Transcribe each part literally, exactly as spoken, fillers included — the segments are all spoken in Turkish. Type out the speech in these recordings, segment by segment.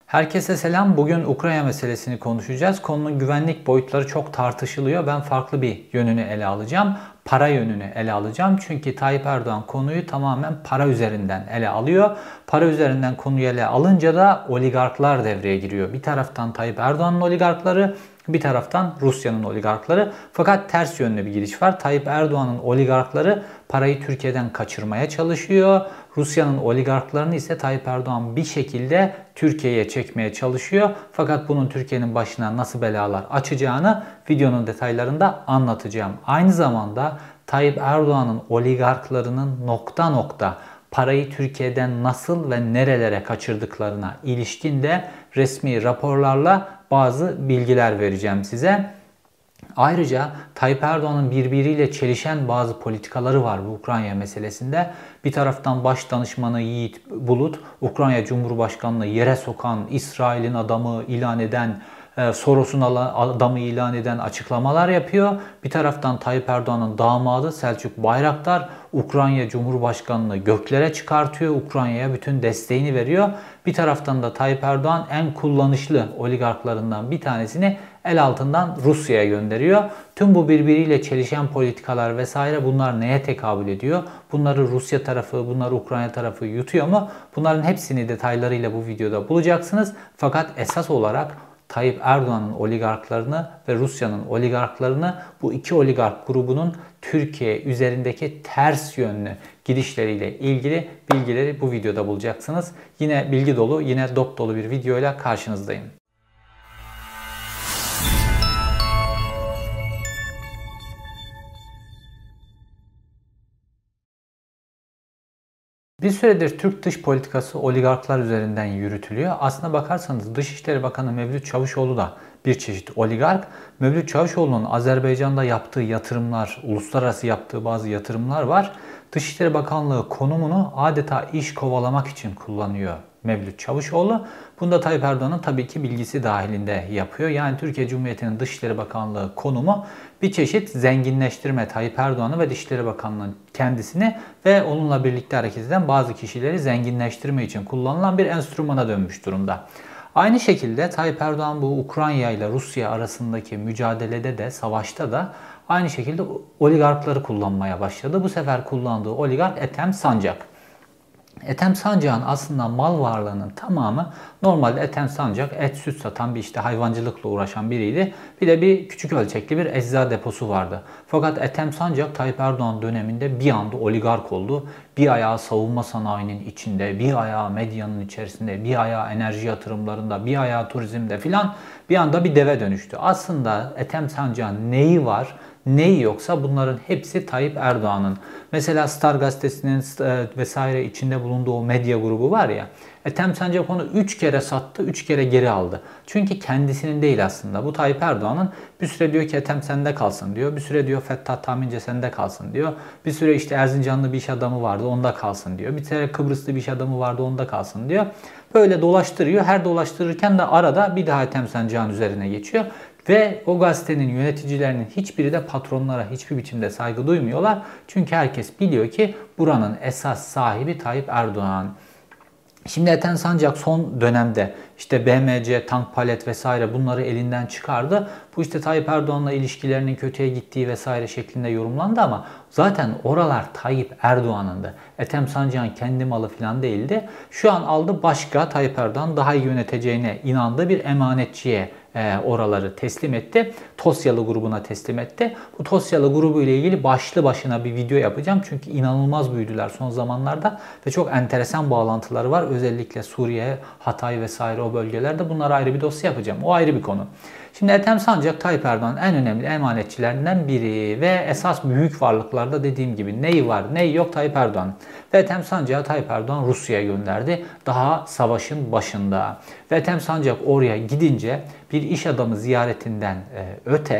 Herkese selam. Bugün Ukrayna meselesini konuşacağız. Konunun güvenlik boyutları çok tartışılıyor. Ben farklı bir yönünü ele alacağım. Para yönünü ele alacağım. Çünkü Tayyip Erdoğan konuyu tamamen para üzerinden ele alıyor. Para üzerinden konuyu ele alınca da oligarklar devreye giriyor. Bir taraftan Tayyip Erdoğan'ın oligarkları, bir taraftan Rusya'nın oligarkları. Fakat ters yönlü bir giriş var. Tayyip Erdoğan'ın oligarkları parayı Türkiye'den kaçırmaya çalışıyor. Rusya'nın oligarklarını ise Tayyip Erdoğan bir şekilde Türkiye'ye çekmeye çalışıyor. Fakat bunun Türkiye'nin başına nasıl belalar açacağını videonun detaylarında anlatacağım. Aynı zamanda Tayyip Erdoğan'ın oligarklarının nokta nokta parayı Türkiye'den nasıl ve nerelere kaçırdıklarına ilişkin de resmi raporlarla bazı bilgiler vereceğim size. Ayrıca Tayyip Erdoğan'ın birbiriyle çelişen bazı politikaları var bu Ukrayna meselesinde. Bir taraftan baş danışmanı Yiğit Bulut, Ukrayna Cumhurbaşkanı'nı yere sokan, İsrail'in adamı ilan eden, Soros'un adamı ilan eden açıklamalar yapıyor. Bir taraftan Tayyip Erdoğan'ın damadı Selçuk Bayraktar Ukrayna Cumhurbaşkanı'nı göklere çıkartıyor. Ukrayna'ya bütün desteğini veriyor. Bir taraftan da Tayyip Erdoğan en kullanışlı oligarklarından bir tanesini el altından Rusya'ya gönderiyor. Tüm bu birbiriyle çelişen politikalar vesaire bunlar neye tekabül ediyor? Bunları Rusya tarafı, bunları Ukrayna tarafı yutuyor mu? Bunların hepsini detaylarıyla bu videoda bulacaksınız. Fakat esas olarak Tayyip Erdoğan'ın oligarklarını ve Rusya'nın oligarklarını bu iki oligark grubunun Türkiye üzerindeki ters yönlü gidişleriyle ilgili bilgileri bu videoda bulacaksınız. Yine bilgi dolu, yine dop dolu bir videoyla karşınızdayım. Bir süredir Türk dış politikası oligarklar üzerinden yürütülüyor. Aslına bakarsanız Dışişleri Bakanı Mevlüt Çavuşoğlu da bir çeşit oligark. Mevlüt Çavuşoğlu'nun Azerbaycan'da yaptığı yatırımlar, uluslararası yaptığı bazı yatırımlar var. Dışişleri Bakanlığı konumunu adeta iş kovalamak için kullanıyor Mevlüt Çavuşoğlu. Bunda Tayyip Erdoğan'ın tabii ki bilgisi dahilinde yapıyor. Yani Türkiye Cumhuriyeti'nin Dışişleri Bakanlığı konumu bir çeşit zenginleştirme, Tayyip Erdoğan'ı ve Dışişleri Bakanlığı'nın kendisini ve onunla birlikte hareket eden bazı kişileri zenginleştirme için kullanılan bir enstrümana dönmüş durumda. Aynı şekilde Tayyip Erdoğan bu Ukrayna ile Rusya arasındaki mücadelede de, savaşta da aynı şekilde oligarkları kullanmaya başladı. Bu sefer kullandığı oligark Ethem Sancak. Ethem Sancak'ın aslında mal varlığının tamamı, normalde Ethem Sancak et süt satan bir işte hayvancılıkla uğraşan biriydi. Bir de bir küçük ölçekli bir ecza deposu vardı. Fakat Ethem Sancak Tayyip Erdoğan döneminde bir anda oligark oldu. Bir ayağı savunma sanayinin içinde, bir ayağı medyanın içerisinde, bir ayağı enerji yatırımlarında, bir ayağı turizmde filan bir anda bir deve dönüştü. Aslında Ethem Sancak'ın neyi var, neyi yoksa bunların hepsi Tayyip Erdoğan'ın. Mesela Star gazetesinin vesaire içinde bulunduğu o medya grubu var ya, Ethem Sancak onu üç kere sattı, üç kere geri aldı. Çünkü kendisinin değil aslında. Bu Tayyip Erdoğan'ın. Bir süre diyor ki Ethem sende kalsın diyor. Bir süre diyor Fettah Tahmince sende kalsın diyor. Bir süre işte Erzincanlı bir iş adamı vardı, onda kalsın diyor. Bir süre Kıbrıslı bir iş adamı vardı, onda kalsın diyor. Böyle dolaştırıyor. Her dolaştırırken de arada bir daha Ethem Sancak'ın üzerine geçiyor. Ve o gazetenin yöneticilerinin hiçbiri de patronlara hiçbir biçimde saygı duymuyorlar. Çünkü herkes biliyor ki buranın esas sahibi Tayyip Erdoğan. Şimdi Ethem Sancak son dönemde işte B M C, tank palet vesaire bunları elinden çıkardı. Bu işte Tayyip Erdoğan'la ilişkilerinin kötüye gittiği vesaire şeklinde yorumlandı ama zaten oralar Tayyip Erdoğan'ındı. Ethem Sancak'ın kendi malı falan değildi. Şu an aldı, başka Tayyip Erdoğan daha iyi yöneteceğine inandığı bir emanetçiye oraları teslim etti. Tosyalı grubuna teslim etti. Bu Tosyalı grubu ile ilgili başlı başına bir video yapacağım. Çünkü inanılmaz büyüdüler son zamanlarda ve çok enteresan bağlantıları var. Özellikle Suriye, Hatay vesaire o bölgelerde. Bunlara ayrı bir dosya yapacağım. O ayrı bir konu. Şimdi Ethem Sancak Tayyip Erdoğan'ın en önemli emanetçilerinden biri ve esas büyük varlıklarda dediğim gibi neyi var neyi yok Tayyip Erdoğan. Ve Ethem Sancak'ı Tayyip Erdoğan Rusya'ya gönderdi daha savaşın başında. Ve Ethem Sancak oraya gidince bir iş adamı ziyaretinden öte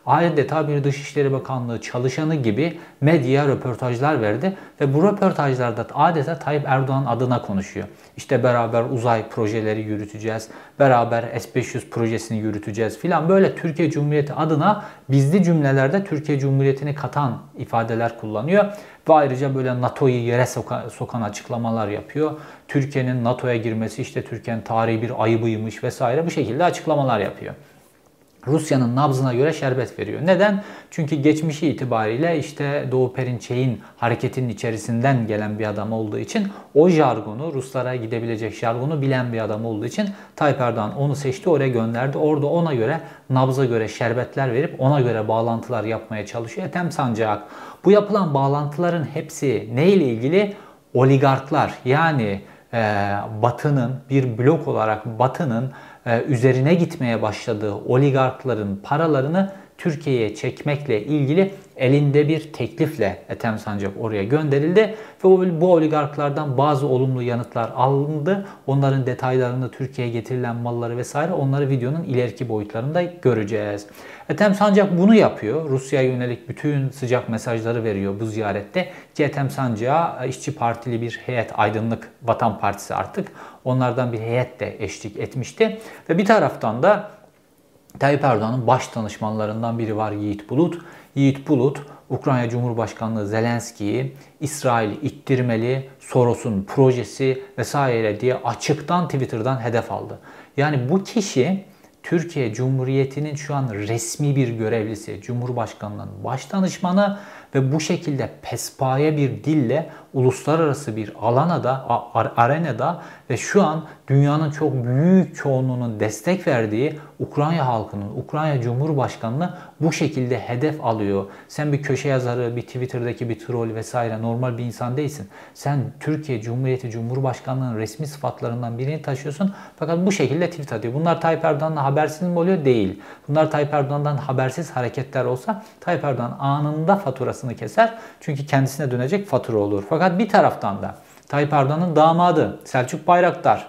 adeta bir Dışişleri Bakanlığı çalışanı gibi medyaya röportajlar verdi ve bu röportajlarda adeta Tayyip Erdoğan adına konuşuyor. İşte beraber uzay projeleri yürüteceğiz, beraber S beş yüz projesini yürüteceğiz filan, böyle Türkiye Cumhuriyeti adına bizli cümlelerde Türkiye Cumhuriyeti'ni katan ifadeler kullanıyor. Ve ayrıca böyle NATO'yu yere sokan, sokan açıklamalar yapıyor. Türkiye'nin NATO'ya girmesi işte Türkiye'nin tarihi bir ayıbıymış vesaire, bu şekilde açıklamalar yapıyor. Rusya'nın nabzına göre şerbet veriyor. Neden? Çünkü geçmişi itibariyle işte Doğu Perinçek'in hareketinin içerisinden gelen bir adam olduğu için, o jargonu, Ruslara gidebilecek jargonu bilen bir adam olduğu için Tayyip Erdoğan onu seçti, oraya gönderdi. Orada ona göre, nabza göre şerbetler verip ona göre bağlantılar yapmaya çalışıyor Ethem Sancak. Bu yapılan bağlantıların hepsi neyle ilgili? Oligarklar, yani e, Batı'nın bir blok olarak Batı'nın e, üzerine gitmeye başladığı oligarkların paralarını Türkiye'ye çekmekle ilgili elinde bir teklifle Ethem Sancak oraya gönderildi ve bu oligarklardan bazı olumlu yanıtlar alındı. Onların detaylarını, Türkiye'ye getirilen malları vesaire, onları videonun ileriki boyutlarında göreceğiz. Ethem Sancak bunu yapıyor. Rusya'ya yönelik bütün sıcak mesajları veriyor bu ziyarette. Ki Ethem Sancak'a İşçi Partili bir heyet, Aydınlık Vatan Partisi artık, onlardan bir heyet de eşlik etmişti. Ve bir taraftan da Tayyip Erdoğan'ın baş danışmanlarından biri var, Yiğit Bulut. Yiğit Bulut, Ukrayna Cumhurbaşkanlığı Zelenski'yi İsrail ittirmeli, Soros'un projesi vesaire diye açıktan Twitter'dan hedef aldı. Yani bu kişi Türkiye Cumhuriyeti'nin şu an resmi bir görevlisi, Cumhurbaşkanlığı'nın baş danışmanı ve bu şekilde pespaye bir dille uluslararası bir alana da, arenada ve şu an dünyanın çok büyük çoğunluğunun destek verdiği Ukrayna halkının, Ukrayna Cumhurbaşkanı'nı bu şekilde hedef alıyor. Sen bir köşe yazarı, bir Twitter'daki bir troll vesaire normal bir insan değilsin. Sen Türkiye Cumhuriyeti Cumhurbaşkanlığı'nın resmi sıfatlarından birini taşıyorsun fakat bu şekilde tweet atıyor. Bunlar Tayyip Erdoğan'la habersiz mi oluyor? Değil. Bunlar Tayyip Erdoğan'dan habersiz hareketler olsa Tayyip Erdoğan anında faturasını keser. Çünkü kendisine dönecek fatura olur. Fakat bir taraftan da Tayyip Erdoğan'ın damadı Selçuk Bayraktar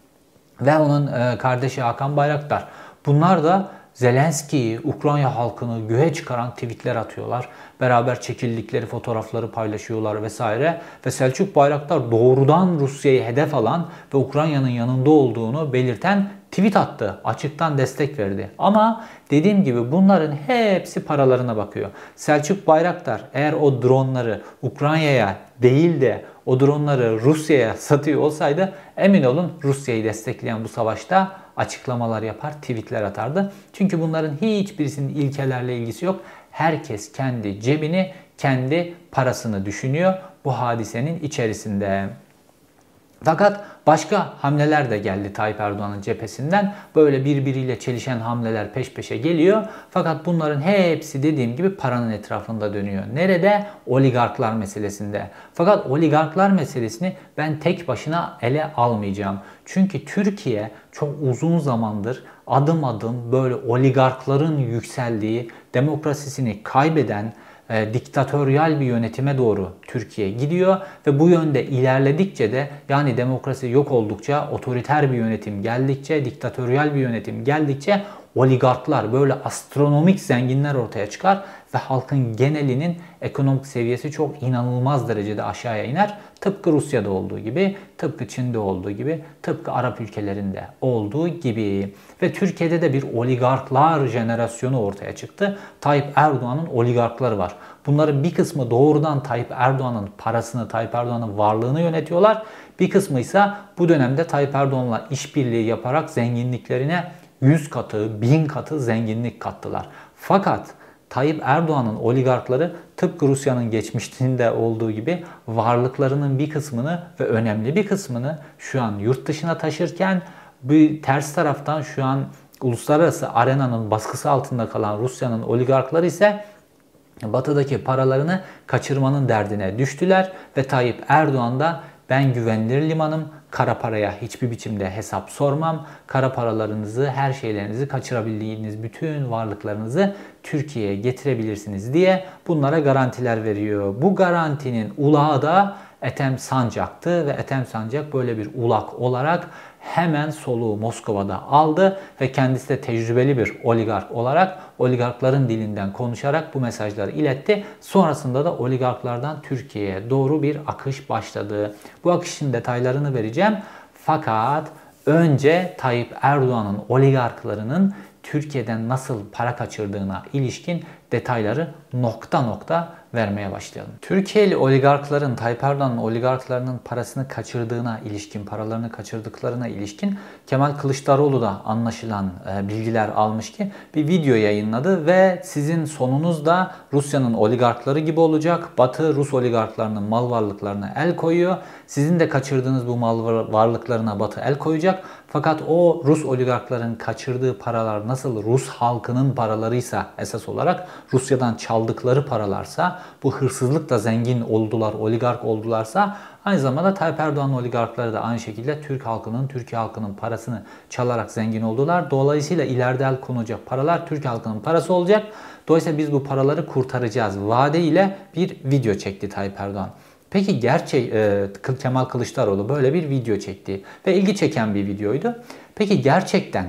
ve onun kardeşi Hakan Bayraktar, bunlar da Zelenski'yi, Ukrayna halkını göğe çıkaran tweetler atıyorlar. Beraber çekildikleri fotoğrafları paylaşıyorlar vesaire. Ve Selçuk Bayraktar doğrudan Rusya'yı hedef alan ve Ukrayna'nın yanında olduğunu belirten tweet attı. Açıktan destek verdi. Ama dediğim gibi bunların hepsi paralarına bakıyor. Selçuk Bayraktar eğer o dronları Ukrayna'ya değil de o dronları Rusya'ya satıyor olsaydı, emin olun Rusya'yı destekleyen bu savaşta açıklamalar yapar, tweetler atardı. Çünkü bunların hiçbirisinin ilkelerle ilgisi yok. Herkes kendi cebini, kendi parasını düşünüyor bu hadisenin içerisinde. Fakat başka hamleler de geldi Tayyip Erdoğan'ın cephesinden. Böyle birbiriyle çelişen hamleler peş peşe geliyor. Fakat bunların hepsi dediğim gibi paranın etrafında dönüyor. Nerede? Oligarklar meselesinde. Fakat oligarklar meselesini ben tek başına ele almayacağım. Çünkü Türkiye çok uzun zamandır adım adım böyle oligarkların yükseldiği, demokrasisini kaybeden, E, diktatöryal bir yönetime doğru Türkiye gidiyor ve bu yönde ilerledikçe de, yani demokrasi yok oldukça, otoriter bir yönetim geldikçe, diktatöryal bir yönetim geldikçe oligarklar, böyle astronomik zenginler ortaya çıkar ve halkın genelinin ekonomik seviyesi çok inanılmaz derecede aşağıya iner. Tıpkı Rusya'da olduğu gibi, tıpkı Çin'de olduğu gibi, tıpkı Arap ülkelerinde olduğu gibi. Ve Türkiye'de de bir oligarklar jenerasyonu ortaya çıktı. Tayyip Erdoğan'ın oligarkları var. Bunların bir kısmı doğrudan Tayyip Erdoğan'ın parasını, Tayyip Erdoğan'ın varlığını yönetiyorlar. Bir kısmı ise bu dönemde Tayyip Erdoğan'la işbirliği yaparak zenginliklerine yüz katı, bin katı zenginlik kattılar. Fakat Tayyip Erdoğan'ın oligarkları tıpkı Rusya'nın geçmişinde olduğu gibi varlıklarının bir kısmını ve önemli bir kısmını şu an yurt dışına taşırken, bir ters taraftan şu an uluslararası arenanın baskısı altında kalan Rusya'nın oligarkları ise batıdaki paralarını kaçırmanın derdine düştüler ve Tayyip Erdoğan da ben güvenilir limanım, kara paraya hiçbir biçimde hesap sormam, kara paralarınızı, her şeylerinizi, kaçırabildiğiniz bütün varlıklarınızı Türkiye'ye getirebilirsiniz diye bunlara garantiler veriyor. Bu garantinin ulağı da Ethem Sancak'tı ve Ethem Sancak böyle bir ulak olarak hemen soluğu Moskova'da aldı ve kendisi de tecrübeli bir oligark olarak oligarkların dilinden konuşarak bu mesajları iletti. Sonrasında da oligarklardan Türkiye'ye doğru bir akış başladı. Bu akışın detaylarını vereceğim. Fakat önce Tayyip Erdoğan'ın oligarklarının Türkiye'den nasıl para kaçırdığına ilişkin detayları nokta nokta vermeye başlayalım. Türkiye'li oligarkların, Tayyip Erdoğan'ın oligarklarının parasını kaçırdığına ilişkin, paralarını kaçırdıklarına ilişkin Kemal Kılıçdaroğlu da anlaşılan bilgiler almış ki bir video yayınladı ve sizin sonunuz da Rusya'nın oligarkları gibi olacak. Batı Rus oligarklarının mal varlıklarına el koyuyor. Sizin de kaçırdığınız bu mal varlıklarına Batı el koyacak. Fakat o Rus oligarkların kaçırdığı paralar nasıl Rus halkının paralarıysa esas olarak Rusya'dan çaldıkları paralarsa, bu hırsızlıkla zengin oldular, oligark oldularsa aynı zamanda Tayyip Erdoğan oligarkları da aynı şekilde Türk halkının, Türkiye halkının parasını çalarak zengin oldular. Dolayısıyla ileride el konulacak paralar Türk halkının parası olacak. Dolayısıyla biz bu paraları kurtaracağız vaadiyle bir video çekti Tayyip Erdoğan. Peki gerçek e, Kemal Kılıçdaroğlu böyle bir video çekti ve ilgi çeken bir videoydu. Peki gerçekten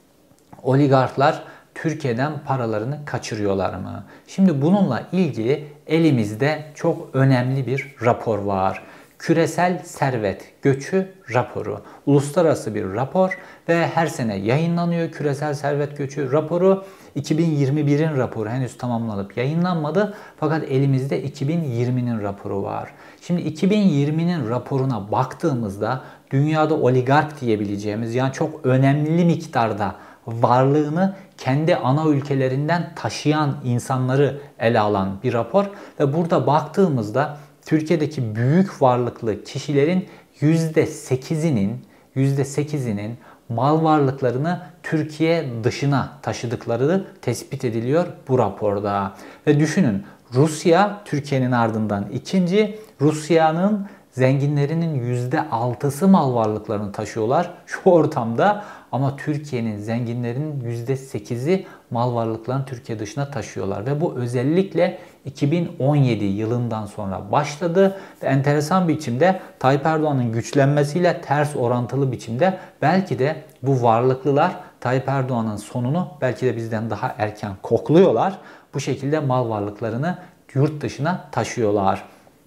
oligarklar Türkiye'den paralarını kaçırıyorlar mı? Şimdi bununla ilgili elimizde çok önemli bir rapor var. Küresel Servet Göçü raporu. Uluslararası bir rapor ve her sene yayınlanıyor Küresel Servet Göçü raporu. iki bin yirmi birin raporu henüz tamamlanıp yayınlanmadı. Fakat elimizde iki bin yirminin raporu var. Şimdi iki bin yirminin raporuna baktığımızda dünyada oligark diyebileceğimiz, yani çok önemli miktarda varlığını kendi ana ülkelerinden taşıyan insanları ele alan bir rapor ve burada baktığımızda Türkiye'deki büyük varlıklı kişilerin yüzde sekizinin yüzde sekizinin mal varlıklarını Türkiye dışına taşıdıkları tespit ediliyor bu raporda. Ve düşünün, Rusya Türkiye'nin ardından ikinci, Rusya'nın zenginlerinin yüzde altısı mal varlıklarını taşıyorlar şu ortamda, ama Türkiye'nin zenginlerinin yüzde sekizi mal varlıklarını Türkiye dışına taşıyorlar ve bu özellikle iki bin on yedi yılından sonra başladı ve enteresan biçimde Tayyip Erdoğan'ın güçlenmesiyle ters orantılı biçimde belki de bu varlıklılar Tayyip Erdoğan'ın sonunu belki de bizden daha erken kokluyorlar. Bu şekilde mal varlıklarını yurt dışına taşıyorlar.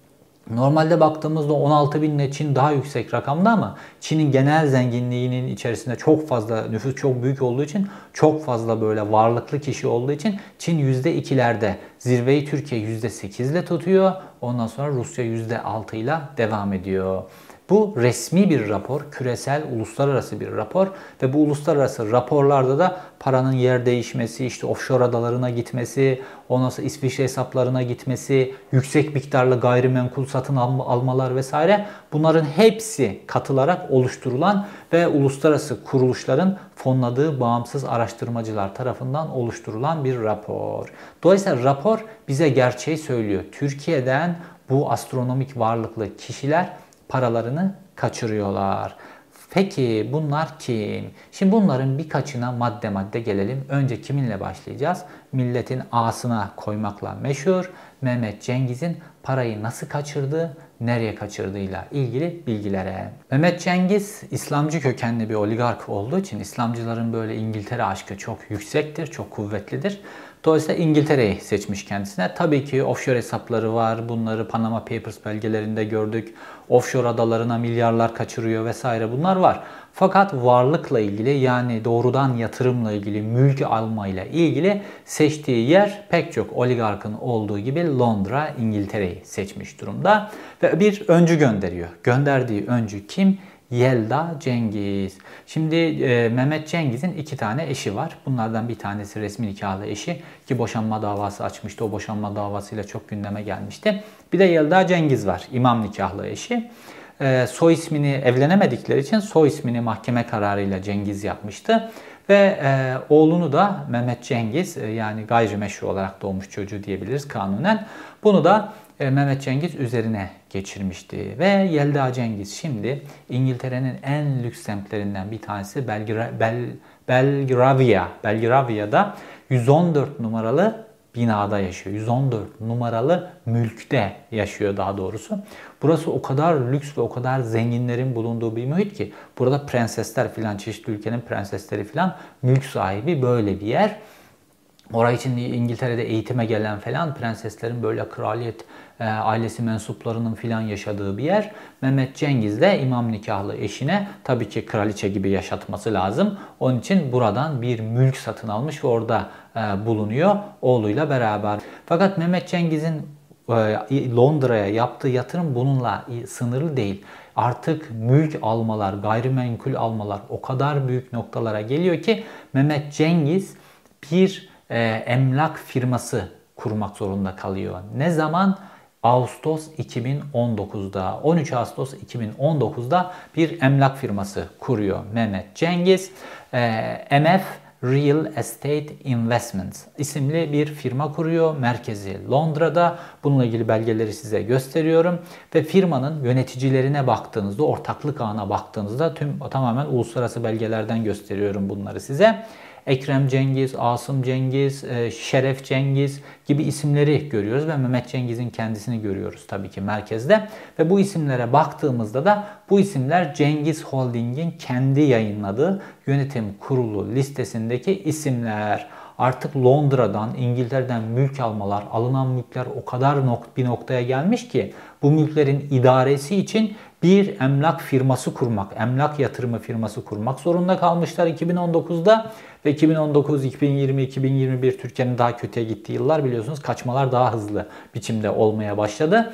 Normalde baktığımızda on altı binle Çin daha yüksek rakamda, ama Çin'in genel zenginliğinin içerisinde çok fazla nüfus, çok büyük olduğu için, çok fazla böyle varlıklı kişi olduğu için Çin yüzde ikilerde, zirveyi Türkiye yüzde sekiz ile tutuyor. Ondan sonra Rusya yüzde altı ile devam ediyor. Bu resmi bir rapor, küresel, uluslararası bir rapor ve bu uluslararası raporlarda da paranın yer değişmesi, işte offshore adalarına gitmesi, ondan sonra İsviçre hesaplarına gitmesi, yüksek miktarlı gayrimenkul satın almalar vesaire, bunların hepsi katılarak oluşturulan ve uluslararası kuruluşların fonladığı bağımsız araştırmacılar tarafından oluşturulan bir rapor. Dolayısıyla rapor bize gerçeği söylüyor. Türkiye'den bu astronomik varlıklı kişiler paralarını kaçırıyorlar. Peki bunlar kim? Şimdi bunların birkaçına madde madde gelelim. Önce kiminle başlayacağız? Milletin ağasına koymakla meşhur Mehmet Cengiz'in parayı nasıl kaçırdığı, nereye kaçırdığıyla ilgili bilgilere. Mehmet Cengiz İslamcı kökenli bir oligark olduğu için İslamcıların böyle İngiltere aşkı çok yüksektir, çok kuvvetlidir. Dolayısıyla İngiltere'yi seçmiş kendisine. Tabii ki offshore hesapları var. Bunları Panama Papers belgelerinde gördük. Offshore adalarına milyarlar kaçırıyor vesaire, bunlar var. Fakat varlıkla ilgili, yani doğrudan yatırımla ilgili, mülk almayla ilgili seçtiği yer pek çok oligarkın olduğu gibi Londra, İngiltere'yi seçmiş durumda. Ve bir öncü gönderiyor. Gönderdiği öncü kim? Yelda Cengiz. Şimdi e, Mehmet Cengiz'in iki tane eşi var. Bunlardan bir tanesi resmi nikahlı eşi ki boşanma davası açmıştı. O boşanma davasıyla çok gündeme gelmişti. Bir de Yelda Cengiz var, imam nikahlı eşi. E, soy ismini evlenemedikleri için soy ismini mahkeme kararıyla Cengiz yapmıştı. Ve e, oğlunu da Mehmet Cengiz, e, yani gayrimeşru olarak doğmuş çocuğu diyebiliriz kanunen. Bunu da e, Mehmet Cengiz üzerine geçirmişti. Ve Yelda Cengiz şimdi İngiltere'nin en lüks semtlerinden bir tanesi Belgra Bel Belgravia. Belgravia'da yüz on dört numaralı binada yaşıyor. yüz on dört numaralı mülkte yaşıyor daha doğrusu. Burası o kadar lüks ve o kadar zenginlerin bulunduğu bir muhit ki burada prensesler filan, çeşitli ülkenin prensesleri filan mülk sahibi, böyle bir yer. Orayı için İngiltere'de eğitime gelen falan prenseslerin, böyle kraliyet e, ailesi mensuplarının filan yaşadığı bir yer. Mehmet Cengiz de imam nikahlı eşine tabii ki kraliçe gibi yaşatması lazım. Onun için buradan bir mülk satın almış ve orada e, bulunuyor oğluyla beraber. Fakat Mehmet Cengiz'in e, Londra'ya yaptığı yatırım bununla sınırlı değil. Artık mülk almalar, gayrimenkul almalar o kadar büyük noktalara geliyor ki Mehmet Cengiz bir e, emlak firması kurmak zorunda kalıyor. Ne zaman? Ağustos iki bin on dokuzda, on üç Ağustos iki bin on dokuzda bir emlak firması kuruyor Mehmet Cengiz. E, M F Real Estate Investments isimli bir firma kuruyor. Merkezi Londra'da. Bununla ilgili belgeleri size gösteriyorum. Ve firmanın yöneticilerine baktığınızda, ortaklık ağına baktığınızda tüm tamamen uluslararası belgelerden gösteriyorum bunları size. Ekrem Cengiz, Asım Cengiz, Şeref Cengiz gibi isimleri görüyoruz ve Mehmet Cengiz'in kendisini görüyoruz tabii ki merkezde. Ve bu isimlere baktığımızda da bu isimler Cengiz Holding'in kendi yayınladığı yönetim kurulu listesindeki isimler. Artık Londra'dan, İngiltere'den mülk almalar, alınan mülkler o kadar bir noktaya gelmiş ki bu mülklerin idaresi için bir emlak firması kurmak, emlak yatırımı firması kurmak zorunda kalmışlar iki bin on dokuzda. Ve iki bin on dokuz, iki bin yirmi, iki bin yirmi bir Türkiye'nin daha kötüye gittiği yıllar, biliyorsunuz kaçmalar daha hızlı biçimde olmaya başladı.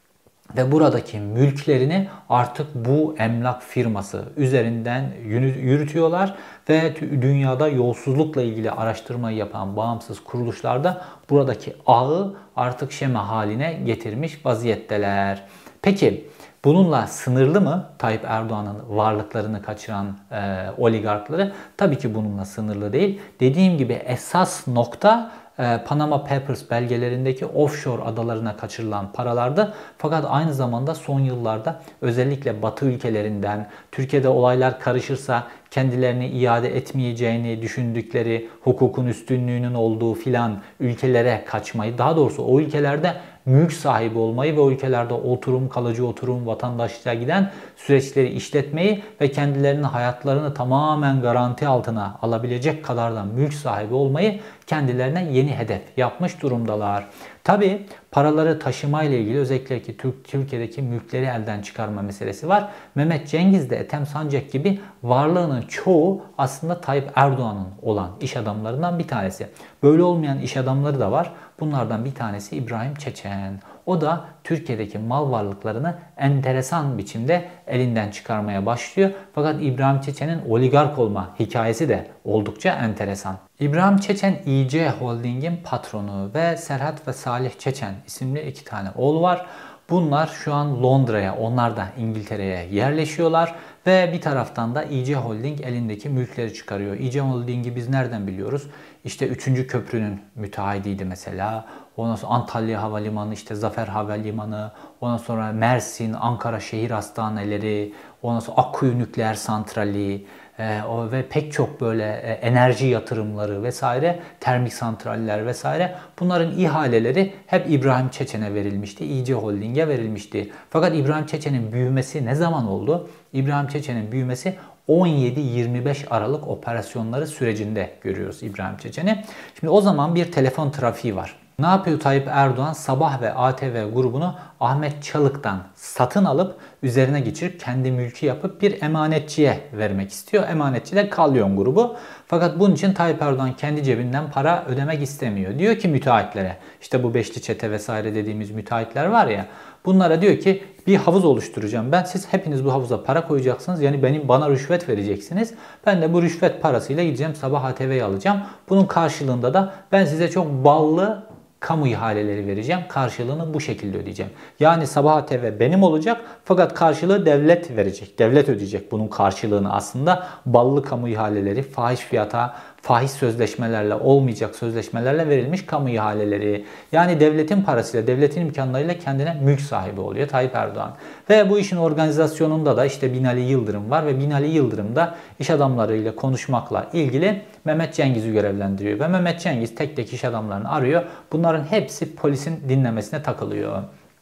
Ve buradaki mülklerini artık bu emlak firması üzerinden yürütüyorlar ve dünyada yolsuzlukla ilgili araştırmayı yapan bağımsız kuruluşlarda buradaki ağı artık şema haline getirmiş vaziyetteler. Peki bununla sınırlı mı Tayyip Erdoğan'ın varlıklarını kaçıran e, oligarkları? Tabii ki bununla sınırlı değil. Dediğim gibi esas nokta e, Panama Papers belgelerindeki offshore adalarına kaçırılan paralardı. Fakat aynı zamanda son yıllarda özellikle Batı ülkelerinden, Türkiye'de olaylar karışırsa kendilerini iade etmeyeceğini düşündükleri, hukukun üstünlüğünün olduğu filan ülkelere kaçmayı, daha doğrusu o ülkelerde mülk sahibi olmayı ve o ülkelerde oturum, kalıcı oturum, vatandaşlığa giden süreçleri işletmeyi ve kendilerinin hayatlarını tamamen garanti altına alabilecek kadar da mülk sahibi olmayı kendilerine yeni hedef yapmış durumdalar. Tabi paraları taşımayla ilgili özellikle ki Türkiye'deki mülkleri elden çıkarma meselesi var. Mehmet Cengiz de Ethem Sancak gibi varlığının çoğu aslında Tayyip Erdoğan'ın olan iş adamlarından bir tanesi. Böyle olmayan iş adamları da var. Bunlardan bir tanesi İbrahim Çeçen. O da Türkiye'deki mal varlıklarını enteresan biçimde elinden çıkarmaya başlıyor. Fakat İbrahim Çeçen'in oligark olma hikayesi de oldukça enteresan. İbrahim Çeçen İ C Holding'in patronu ve Serhat ve Salih Çeçen isimli iki tane oğlu var. Bunlar şu an Londra'ya, onlar da İngiltere'ye yerleşiyorlar ve bir taraftan da İ C Holding elindeki mülkleri çıkarıyor. İ C Holding'i biz nereden biliyoruz? İşte üçüncü köprünün müteahhidiydi mesela. Ondan sonra Antalya Havalimanı, işte Zafer Havalimanı, ondan sonra Mersin, Ankara Şehir Hastaneleri, ondan sonra Akkuyu Nükleer Santrali e, o, ve pek çok böyle e, enerji yatırımları vesaire, termik santraller vesaire, bunların ihaleleri hep İbrahim Çeçen'e verilmişti, İ C Holding'e verilmişti. Fakat İbrahim Çeçen'in büyümesi ne zaman oldu? İbrahim Çeçen'in büyümesi on yedi yirmi beş Aralık operasyonları sürecinde görüyoruz İbrahim Çeçen'i. Şimdi o zaman bir telefon trafiği var. Ne yapıyor Tayyip Erdoğan? Sabah ve A T V grubunu Ahmet Çalık'tan satın alıp üzerine geçirip kendi mülkü yapıp bir emanetçiye vermek istiyor. Emanetçi de Kalyon grubu. Fakat bunun için Tayyip Erdoğan kendi cebinden para ödemek istemiyor. Diyor ki müteahhitlere, işte bu beşli çete vesaire dediğimiz müteahhitler var ya, bunlara diyor ki bir havuz oluşturacağım ben. Siz hepiniz bu havuza para koyacaksınız. Yani benim bana rüşvet vereceksiniz. Ben de bu rüşvet parasıyla gideceğim sabah A T V'yi alacağım. Bunun karşılığında da ben size çok ballı kamu ihaleleri vereceğim. Karşılığını bu şekilde ödeyeceğim. Yani Sabah A T V benim olacak fakat karşılığı devlet verecek. Devlet ödeyecek bunun karşılığını aslında. Ballı kamu ihaleleri, fahiş fiyata, fahiş sözleşmelerle, olmayacak sözleşmelerle verilmiş kamu ihaleleri. Yani devletin parasıyla, devletin imkanlarıyla kendine mülk sahibi oluyor Tayyip Erdoğan. Ve bu işin organizasyonunda da işte Binali Yıldırım var ve Binali Yıldırım da iş adamlarıyla konuşmakla ilgili Mehmet Cengiz'i görevlendiriyor. Ve Mehmet Cengiz tek tek iş adamlarını arıyor. Bunların hepsi polisin dinlemesine takılıyor.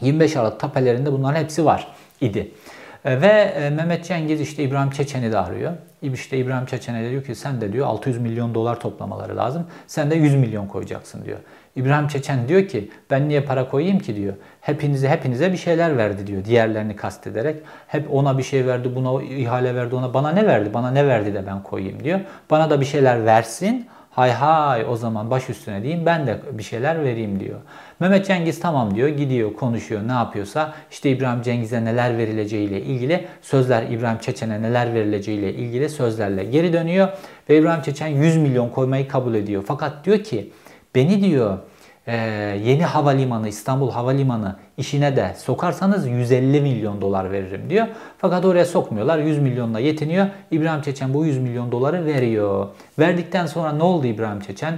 yirmi beş Aralık tapelerinde bunların hepsi var idi. E, ve e, Mehmet Cengiz işte İbrahim Çeçen'i de arıyor. İşte İbrahim Çeçen'e diyor ki sen de diyor altı yüz milyon dolar toplamaları lazım. Sen de yüz milyon koyacaksın diyor. İbrahim Çeçen diyor ki ben niye para koyayım ki diyor. Hepinize hepinize bir şeyler verdi diyor. Diğerlerini kastederek. Hep ona bir şey verdi, buna ihale verdi, ona bana ne verdi? Bana ne verdi de ben koyayım diyor. Bana da bir şeyler versin. Hay hay o zaman baş üstüne diyeyim ben de bir şeyler vereyim diyor. Mehmet Cengiz tamam diyor, gidiyor, konuşuyor, ne yapıyorsa işte İbrahim Cengiz'e neler verileceğiyle ilgili sözler, İbrahim Çeçen'e neler verileceğiyle ilgili sözlerle geri dönüyor ve İbrahim Çeçen yüz milyon koymayı kabul ediyor. Fakat diyor ki beni diyor e, yeni havalimanı, İstanbul Havalimanı işine de sokarsanız yüz elli milyon dolar veririm diyor. Fakat oraya sokmuyorlar. yüz milyonla yetiniyor. İbrahim Çeçen bu yüz milyon doları veriyor. Verdikten sonra ne oldu İbrahim Çeçen?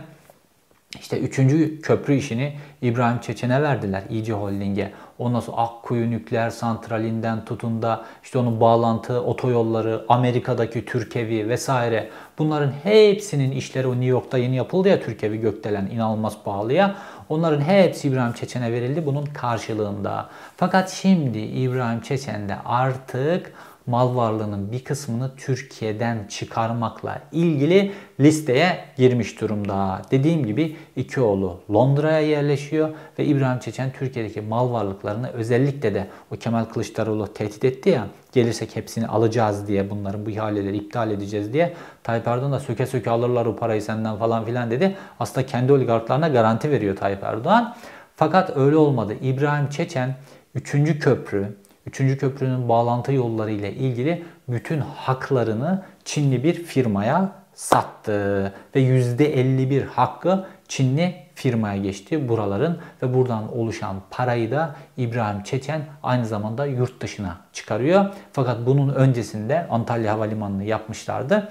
İşte üçüncü köprü işini İbrahim Çeçen'e verdiler, İ C Holding'e. Ondan sonra Akkuyu nükleer santralinden tutun da işte onun bağlantı otoyolları, Amerika'daki Türkevi vesaire, bunların hepsinin işleri o New York'ta yeni yapıldı ya, Türkevi gökdelen inanılmaz pahalıya. Onların hepsi İbrahim Çeçen'e verildi bunun karşılığında. Fakat şimdi İbrahim Çeçen de artık mal varlığının bir kısmını Türkiye'den çıkarmakla ilgili listeye girmiş durumda. Dediğim gibi iki oğlu Londra'ya yerleşiyor ve İbrahim Çeçen Türkiye'deki mal varlıklarını, özellikle de o Kemal Kılıçdaroğlu tehdit etti ya, gelirsek hepsini alacağız diye, bunların bu ihaleleri iptal edeceğiz diye. Tayyip Erdoğan da söke söke alırlar o parayı senden falan filan dedi. Aslında kendi oligarklarına garanti veriyor Tayyip Erdoğan. Fakat öyle olmadı. İbrahim Çeçen üçüncü köprü, üçüncü köprünün bağlantı yolları ile ilgili bütün haklarını Çinli bir firmaya sattı ve yüzde elli bir hakkı Çinli firmaya geçti buraların ve buradan oluşan parayı da İbrahim Çeçen aynı zamanda yurt dışına çıkarıyor. Fakat bunun öncesinde Antalya Havalimanı'nı yapmışlardı.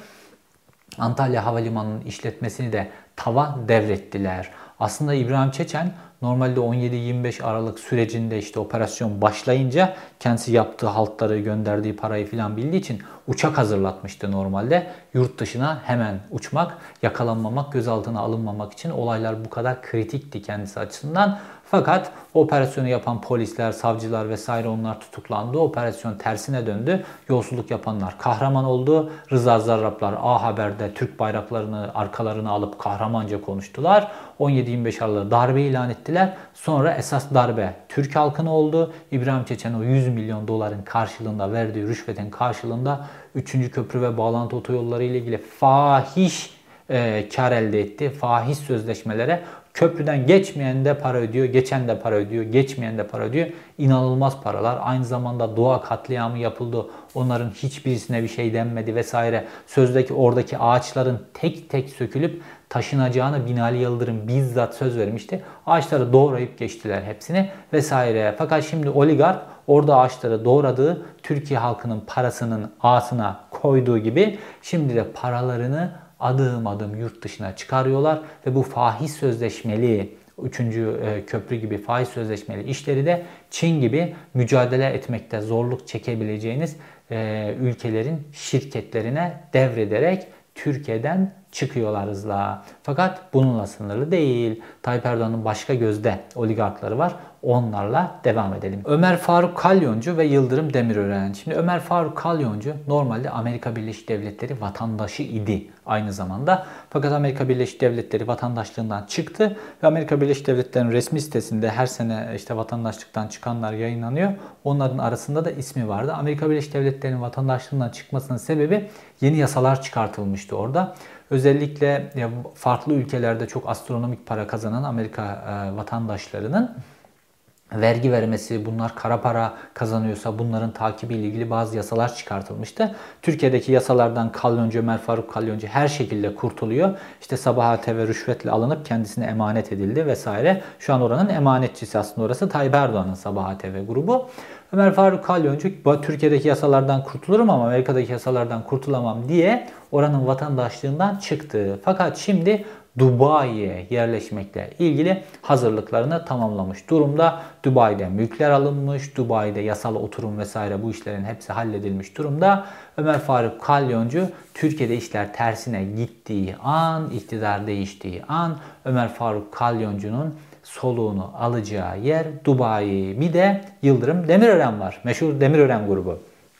Antalya Havalimanı'nın işletmesini de TAV'a devrettiler. Aslında İbrahim Çeçen normalde on yedi yirmi beş Aralık sürecinde işte operasyon başlayınca kendisi yaptığı haltları, gönderdiği parayı filan bildiği için uçak hazırlatmıştı normalde. Yurt dışına hemen uçmak, yakalanmamak, gözaltına alınmamak için olaylar bu kadar kritikti kendisi açısından. Fakat operasyonu yapan polisler, savcılar vesaire onlar tutuklandı. Operasyon tersine döndü. Yolsuzluk yapanlar kahraman oldu. Rıza Zarrablar A Haber'de Türk bayraklarını arkalarına alıp kahramanca konuştular. on yedi yirmi beş Aralık'ta darbe ilan ettiler. Sonra esas darbe Türk halkına oldu. İbrahim Çeçen o yüz milyon doların karşılığında, verdiği rüşvetin karşılığında üçüncü köprü ve bağlantı otoyolları ile ilgili fahiş e, kar elde etti. Fahiş sözleşmelere, köprüden geçmeyen de para ödüyor, geçen de para ödüyor, geçmeyen de para ödüyor. İnanılmaz paralar. Aynı zamanda doğa katliamı yapıldı. Onların hiçbirisine bir şey denmedi vesaire. Sözdeki oradaki ağaçların tek tek sökülüp taşınacağını Binali Yıldırım bizzat söz vermişti. Ağaçları doğrayıp geçtiler hepsini vesaire. Fakat şimdi oligark orada ağaçları doğradığı Türkiye halkının parasının ağasına koyduğu gibi şimdi de paralarını adım adım yurt dışına çıkarıyorlar ve bu faiz sözleşmeli üçüncü köprü gibi faiz sözleşmeli işleri de Çin gibi mücadele etmekte zorluk çekebileceğiniz ülkelerin şirketlerine devrederek Türkiye'den çıkıyorlar hızla. Fakat bununla sınırlı değil. Tayyip Erdoğan'ın başka gözde oligarkları var. Onlarla devam edelim. Ömer Faruk Kalyoncu ve Yıldırım Demirören. Şimdi Ömer Faruk Kalyoncu normalde Amerika Birleşik Devletleri vatandaşı idi aynı zamanda. Fakat Amerika Birleşik Devletleri vatandaşlığından çıktı ve Amerika Birleşik Devletleri'nin resmi sitesinde her sene işte vatandaşlıktan çıkanlar yayınlanıyor. Onların arasında da ismi vardı. Amerika Birleşik Devletleri'nin vatandaşlığından çıkmasının sebebi yeni yasalar çıkartılmıştı orada. Özellikle farklı ülkelerde çok astronomik para kazanan Amerika vatandaşlarının vergi vermesi, bunlar kara para kazanıyorsa bunların takibiyle ilgili bazı yasalar çıkartılmıştı. Türkiye'deki yasalardan Kalyoncu, Ömer Faruk Kalyoncu her şekilde kurtuluyor. İşte Sabaha T V rüşvetle alınıp kendisine emanet edildi vesaire. Şu an oranın emanetçisi aslında orası Tayyip Erdoğan'ın Sabaha T V grubu. Ömer Faruk Kalyoncu Türkiye'deki yasalardan kurtulurum ama Amerika'daki yasalardan kurtulamam diye oranın vatandaşlığından çıktı. Fakat şimdi Dubai'ye yerleşmekle ilgili hazırlıklarını tamamlamış durumda. Dubai'de mülkler alınmış, Dubai'de yasal oturum vesaire bu işlerin hepsi halledilmiş durumda. Ömer Faruk Kalyoncu Türkiye'de işler tersine gittiği an, iktidar değiştiği an Ömer Faruk Kalyoncu'nun soluğunu alacağı yer Dubai. Bir de Yıldırım Demirören var. Meşhur Demirören grubu.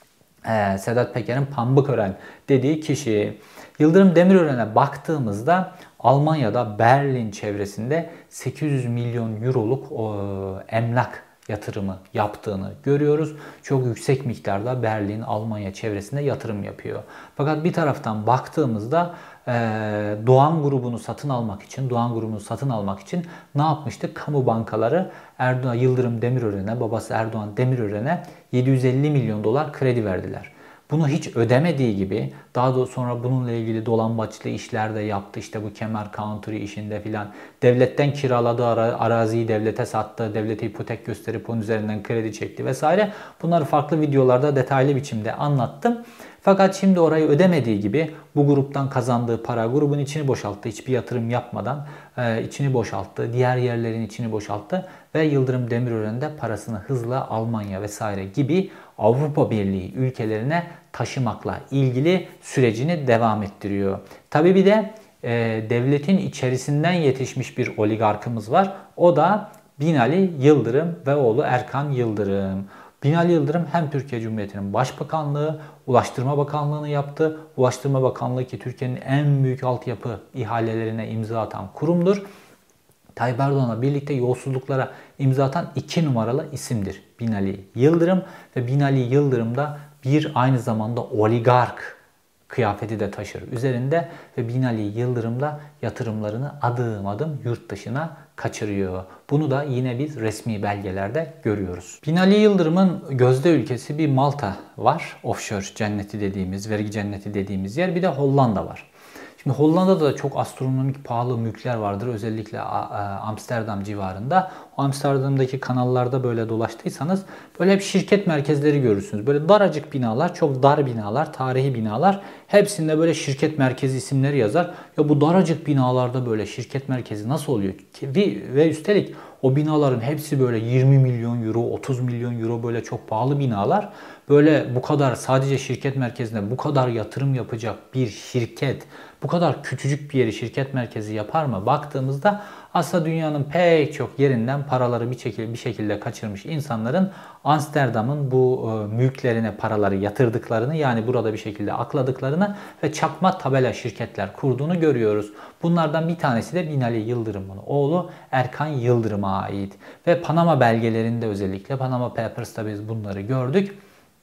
Ee, Sedat Peker'in Pambıkören dediği kişi. Yıldırım Demirören'e baktığımızda Almanya'da Berlin çevresinde sekiz yüz milyon euroluk o, emlak yatırımı yaptığını görüyoruz. Çok yüksek miktarda Berlin, Almanya çevresinde yatırım yapıyor. Fakat bir taraftan baktığımızda e, Doğan grubunu satın almak için, Doğan grubunu satın almak için ne yapmıştı? Kamu bankaları Erdoğan, Yıldırım Demirören'e, babası Erdoğan Demirören'e yedi yüz elli milyon dolar kredi verdiler. Bunu hiç ödemediği gibi daha da sonra bununla ilgili dolambaçlı işler de yaptı. İşte bu Kemer Country işinde filan devletten kiraladığı ara, araziyi devlete sattı. Devlete ipotek gösterip onun üzerinden kredi çekti vesaire. Bunları farklı videolarda detaylı biçimde anlattım. Fakat şimdi orayı ödemediği gibi bu gruptan kazandığı para grubun içini boşalttı. Hiçbir yatırım yapmadan e, içini boşalttı. Diğer yerlerin içini boşalttı. Ve Yıldırım Demirören de parasını hızla Almanya vesaire gibi Avrupa Birliği ülkelerine taşımakla ilgili sürecini devam ettiriyor. Tabii bir de e, devletin içerisinden yetişmiş bir oligarkımız var. O da Binali Yıldırım ve oğlu Erkan Yıldırım. Binali Yıldırım hem Türkiye Cumhuriyeti'nin Başbakanlığı, Ulaştırma Bakanlığı'nı yaptı. Ulaştırma Bakanlığı ki Türkiye'nin en büyük altyapı ihalelerine imza atan kurumdur. Tayyip Erdoğan'la birlikte yolsuzluklara imza atan iki numaralı isimdir Binali Yıldırım. Ve Binali Yıldırım da bir aynı zamanda oligark kıyafeti de taşır üzerinde ve Binali Yıldırım da yatırımlarını adım adım yurt dışına kaçırıyor. Bunu da yine biz resmi belgelerde görüyoruz. Binali Yıldırım'ın gözde ülkesi bir Malta var. Offshore cenneti dediğimiz, vergi cenneti dediğimiz yer. Bir de Hollanda var. Şimdi Hollanda'da da çok astronomik pahalı mülkler vardır. Özellikle Amsterdam civarında. O Amsterdam'daki kanallarda böyle dolaştıysanız böyle hep şirket merkezleri görürsünüz. Böyle daracık binalar, çok dar binalar, tarihi binalar. Hepsinde böyle şirket merkezi isimleri yazar. Ya bu daracık binalarda böyle şirket merkezi nasıl oluyor? Ve üstelik o binaların hepsi böyle yirmi milyon euro, otuz milyon euro böyle çok pahalı binalar. Böyle bu kadar sadece şirket merkezine bu kadar yatırım yapacak bir şirket bu kadar küçücük bir yeri şirket merkezi yapar mı? Baktığımızda aslında dünyanın pek çok yerinden paraları bir şekilde bir şekilde kaçırmış insanların Amsterdam'ın bu e, mülklerine paraları yatırdıklarını, yani burada bir şekilde akladıklarını ve çakma tabela şirketler kurduğunu görüyoruz. Bunlardan bir tanesi de Binali Yıldırım'ın oğlu Erkan Yıldırım'a ait. Ve Panama belgelerinde, özellikle Panama Papers'ta biz bunları gördük.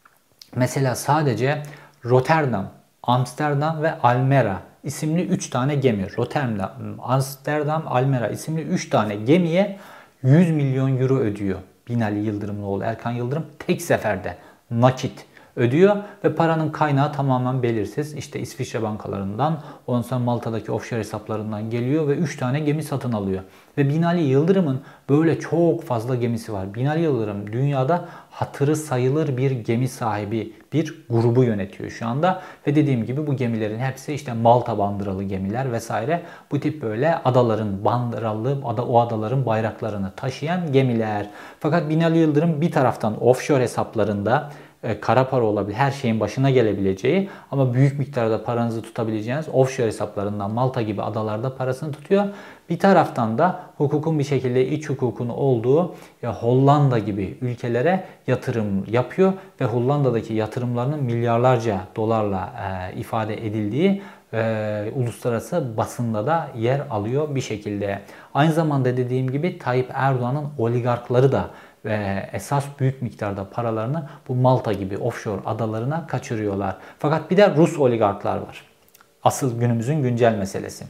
Mesela sadece Rotterdam, Amsterdam ve Almera isimli üç tane gemi, Rotterdam, Amsterdam, Almera isimli üç tane gemiye yüz milyon euro ödüyor Binali Yıldırım'ın oğlu Erkan Yıldırım tek seferde nakit ödüyor ve paranın kaynağı tamamen belirsiz. İşte İsviçre bankalarından, ondan sonra Malta'daki offshore hesaplarından geliyor ve üç tane gemi satın alıyor. Ve Binali Yıldırım'ın böyle çok fazla gemisi var. Binali Yıldırım dünyada hatırı sayılır bir gemi sahibi, bir grubu yönetiyor şu anda. Ve dediğim gibi bu gemilerin hepsi işte Malta bandıralı gemiler vesaire. Bu tip böyle adaların bandıralı, o adaların bayraklarını taşıyan gemiler. Fakat Binali Yıldırım bir taraftan offshore hesaplarında kara para olabilir, her şeyin başına gelebileceği ama büyük miktarda paranızı tutabileceğiniz offshore hesaplarından Malta gibi adalarda parasını tutuyor. Bir taraftan da hukukun bir şekilde iç hukukun olduğu ya Hollanda gibi ülkelere yatırım yapıyor ve Hollanda'daki yatırımlarının milyarlarca dolarla e, ifade edildiği e, uluslararası basında da yer alıyor bir şekilde. Aynı zamanda dediğim gibi Tayyip Erdoğan'ın oligarkları da ve esas büyük miktarda paralarını bu Malta gibi offshore adalarına kaçırıyorlar. Fakat bir de Rus oligarklar var. Asıl günümüzün güncel meselesi.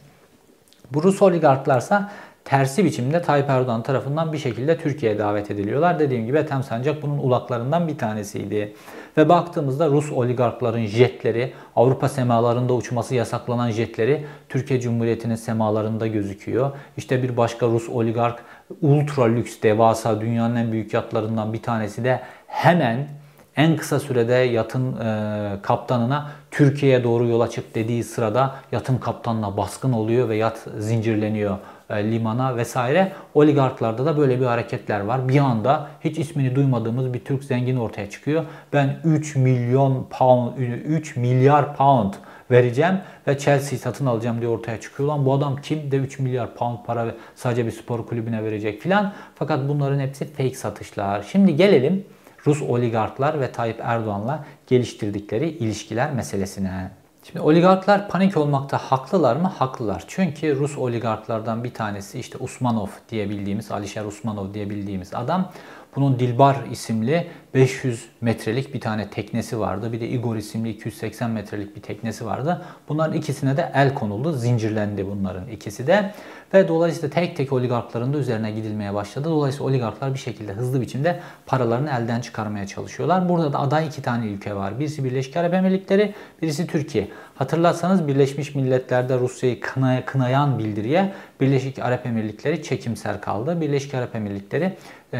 Bu Rus oligarklarsa tersi biçimde Tayyip Erdoğan tarafından bir şekilde Türkiye'ye davet ediliyorlar. Dediğim gibi Ethem Sancak bunun ulaklarından bir tanesiydi. Ve baktığımızda Rus oligarkların jetleri, Avrupa semalarında uçması yasaklanan jetleri Türkiye Cumhuriyeti'nin semalarında gözüküyor. İşte bir başka Rus oligark ultra lüks, devasa, dünyanın en büyük yatlarından bir tanesi de hemen en kısa sürede yatın e, kaptanına Türkiye'ye doğru yola çık dediği sırada yatın kaptanına baskın oluyor ve yat zincirleniyor e, limana vesaire. Oligarklarda da böyle bir hareketler var. Bir anda hiç ismini duymadığımız bir Türk zengin ortaya çıkıyor. Ben üç milyon pound, üç milyar pound vereceğim ve Chelsea'yi satın alacağım diye ortaya çıkıyor. Lan bu adam kim de üç milyar pound para sadece bir spor kulübüne verecek filan. Fakat bunların hepsi fake satışlar. Şimdi gelelim Rus oligarklar ve Tayyip Erdoğan'la geliştirdikleri ilişkiler meselesine. Şimdi oligarklar panik olmakta haklılar mı? Haklılar. Çünkü Rus oligarklardan bir tanesi işte Usmanov diye bildiğimiz, Alişer Usmanov diye bildiğimiz adam. Bunun Dilbar isimli beş yüz metrelik bir tane teknesi vardı. Bir de Igor isimli iki yüz seksen metrelik bir teknesi vardı. Bunların ikisine de el konuldu. Zincirlendi bunların ikisi de. Ve dolayısıyla tek tek oligarkların da üzerine gidilmeye başladı. Dolayısıyla oligarklar bir şekilde hızlı biçimde paralarını elden çıkarmaya çalışıyorlar. Burada da aday iki tane ülke var. Birisi Birleşik Arap Emirlikleri, birisi Türkiye. Hatırlarsanız Birleşmiş Milletler'de Rusya'yı kınayan bildiriye Birleşik Arap Emirlikleri çekimser kaldı. Birleşik Arap Emirlikleri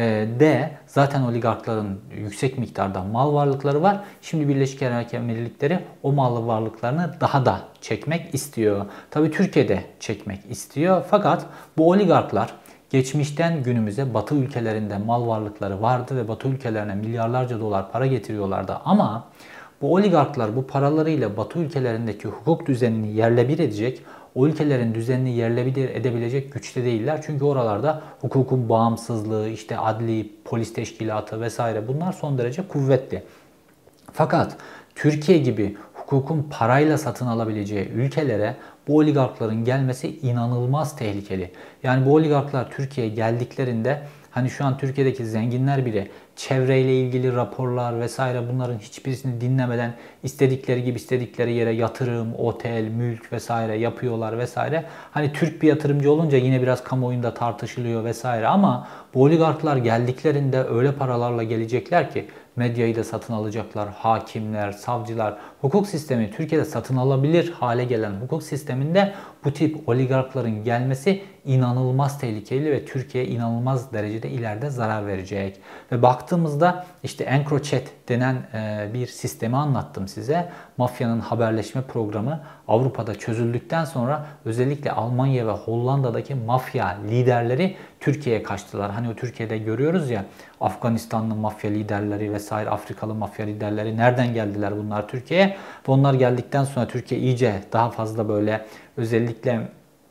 de zaten oligarkların yüksek miktarda mal varlıkları var. Şimdi Birleşik Arap Emirlikleri o mal varlıklarını daha da çekmek istiyor. Tabii Türkiye de çekmek istiyor. Fakat bu oligarklar geçmişten günümüze Batı ülkelerinde mal varlıkları vardı ve Batı ülkelerine milyarlarca dolar para getiriyorlardı. Ama bu oligarklar bu paralarıyla Batı ülkelerindeki hukuk düzenini yerle bir edecek, o ülkelerin düzenini yerle bir edebilecek güçte değiller. Çünkü oralarda hukukun bağımsızlığı, işte adli, polis teşkilatı vesaire bunlar son derece kuvvetli. Fakat Türkiye gibi hukukun parayla satın alabileceği ülkelere bu oligarkların gelmesi inanılmaz tehlikeli. Yani bu oligarklar Türkiye'ye geldiklerinde hani şu an Türkiye'deki zenginler bile çevreyle ilgili raporlar vesaire bunların hiçbirisini dinlemeden istedikleri gibi istedikleri yere yatırım, otel, mülk vesaire yapıyorlar vesaire. Hani Türk bir yatırımcı olunca yine biraz kamuoyunda tartışılıyor vesaire ama bu oligarklar geldiklerinde öyle paralarla gelecekler ki medyayı da satın alacaklar, hakimler, savcılar, hukuk sistemi Türkiye'de satın alabilir hale gelen hukuk sisteminde bu tip oligarkların gelmesi inanılmaz tehlikeli ve Türkiye'ye inanılmaz derecede ileride zarar verecek. Ve baktığımızda işte EncroChat denen bir sistemi anlattım size. Mafyanın haberleşme programı Avrupa'da çözüldükten sonra özellikle Almanya ve Hollanda'daki mafya liderleri Türkiye'ye kaçtılar. Hani o Türkiye'de görüyoruz ya Afganistanlı mafya liderleri vesaire Afrikalı mafya liderleri nereden geldiler bunlar Türkiye'ye? Ve onlar geldikten sonra Türkiye iyice daha fazla böyle özellikle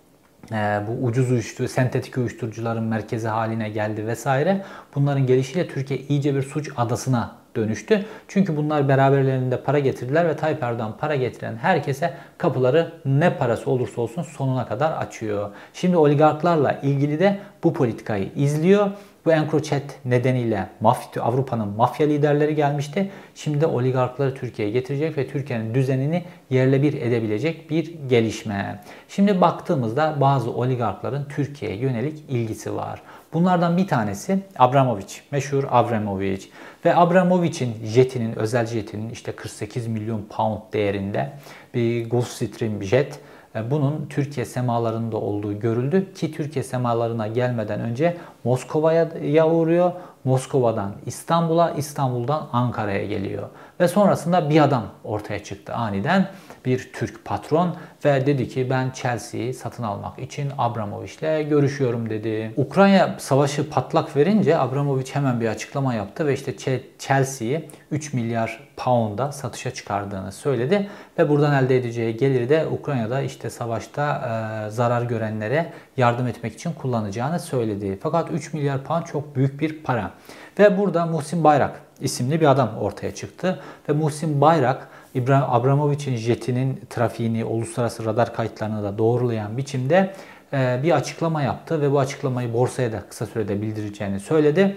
e, bu ucuz uyuşturucu, sentetik uyuşturucuların merkezi haline geldi vesaire. Bunların gelişiyle Türkiye iyice bir suç adasına dönüştü. Çünkü bunlar beraberlerinde para getirdiler ve Tayyip Erdoğan para getiren herkese kapıları ne parası olursa olsun sonuna kadar açıyor. Şimdi oligarklarla ilgili de bu politikayı izliyor. Bu EncroChat nedeniyle Avrupa'nın mafya liderleri gelmişti. Şimdi de oligarkları Türkiye'ye getirecek ve Türkiye'nin düzenini yerle bir edebilecek bir gelişme. Şimdi baktığımızda bazı oligarkların Türkiye'ye yönelik ilgisi var. Bunlardan bir tanesi Abramovich, meşhur Abramovich. Ve Abramovich'in jetinin, özel jetinin işte kırk sekiz milyon pound değerinde bir Gulfstream jet. Bunun Türkiye semalarında olduğu görüldü ki Türkiye semalarına gelmeden önce Moskova'ya uğruyor. Moskova'dan İstanbul'a, İstanbul'dan Ankara'ya geliyor. Ve sonrasında bir adam ortaya çıktı aniden. Bir Türk patron ve dedi ki ben Chelsea'yi satın almak için Abramovich'le görüşüyorum dedi. Ukrayna savaşı patlak verince Abramovich hemen bir açıklama yaptı ve işte Chelsea'yi üç milyar pound'a satışa çıkardığını söyledi. Ve buradan elde edeceği geliri de Ukrayna'da işte savaşta e, zarar görenlere yardım etmek için kullanacağını söyledi. Fakat üç milyar pound çok büyük bir para. Ve burada Muhsin Bayrak isimli bir adam ortaya çıktı. Ve Muhsin Bayrak İbrahim Abramovich'in jetinin trafiğini, uluslararası radar kayıtlarını da doğrulayan biçimde bir açıklama yaptı ve bu açıklamayı borsaya da kısa sürede bildireceğini söyledi.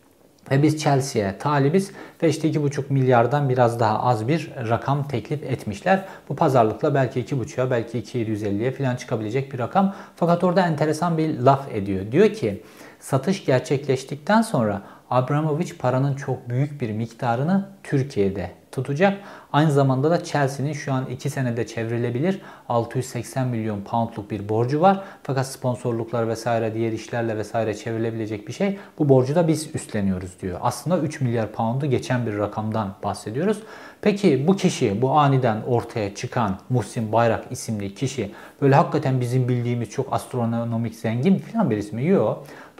Ve biz Chelsea'ye talibiz ve işte iki buçuk milyardan biraz daha az bir rakam teklif etmişler. Bu pazarlıkla belki iki buçuğa belki iki bin yedi yüz elliye falan çıkabilecek bir rakam. Fakat orada enteresan bir laf ediyor. Diyor ki satış gerçekleştikten sonra Abramovich paranın çok büyük bir miktarını Türkiye'de tutacak. Aynı zamanda da Chelsea'nin şu an iki senede çevrilebilir altı yüz seksen milyon poundluk bir borcu var. Fakat sponsorluklar vesaire diğer işlerle vesaire çevrilebilecek bir şey. Bu borcu da biz üstleniyoruz diyor. Aslında üç milyar pound'u geçen bir rakamdan bahsediyoruz. Peki bu kişi, bu aniden ortaya çıkan Muhsin Bayrak isimli kişi böyle hakikaten bizim bildiğimiz çok astronomik zengin falan birisi mi? Yok.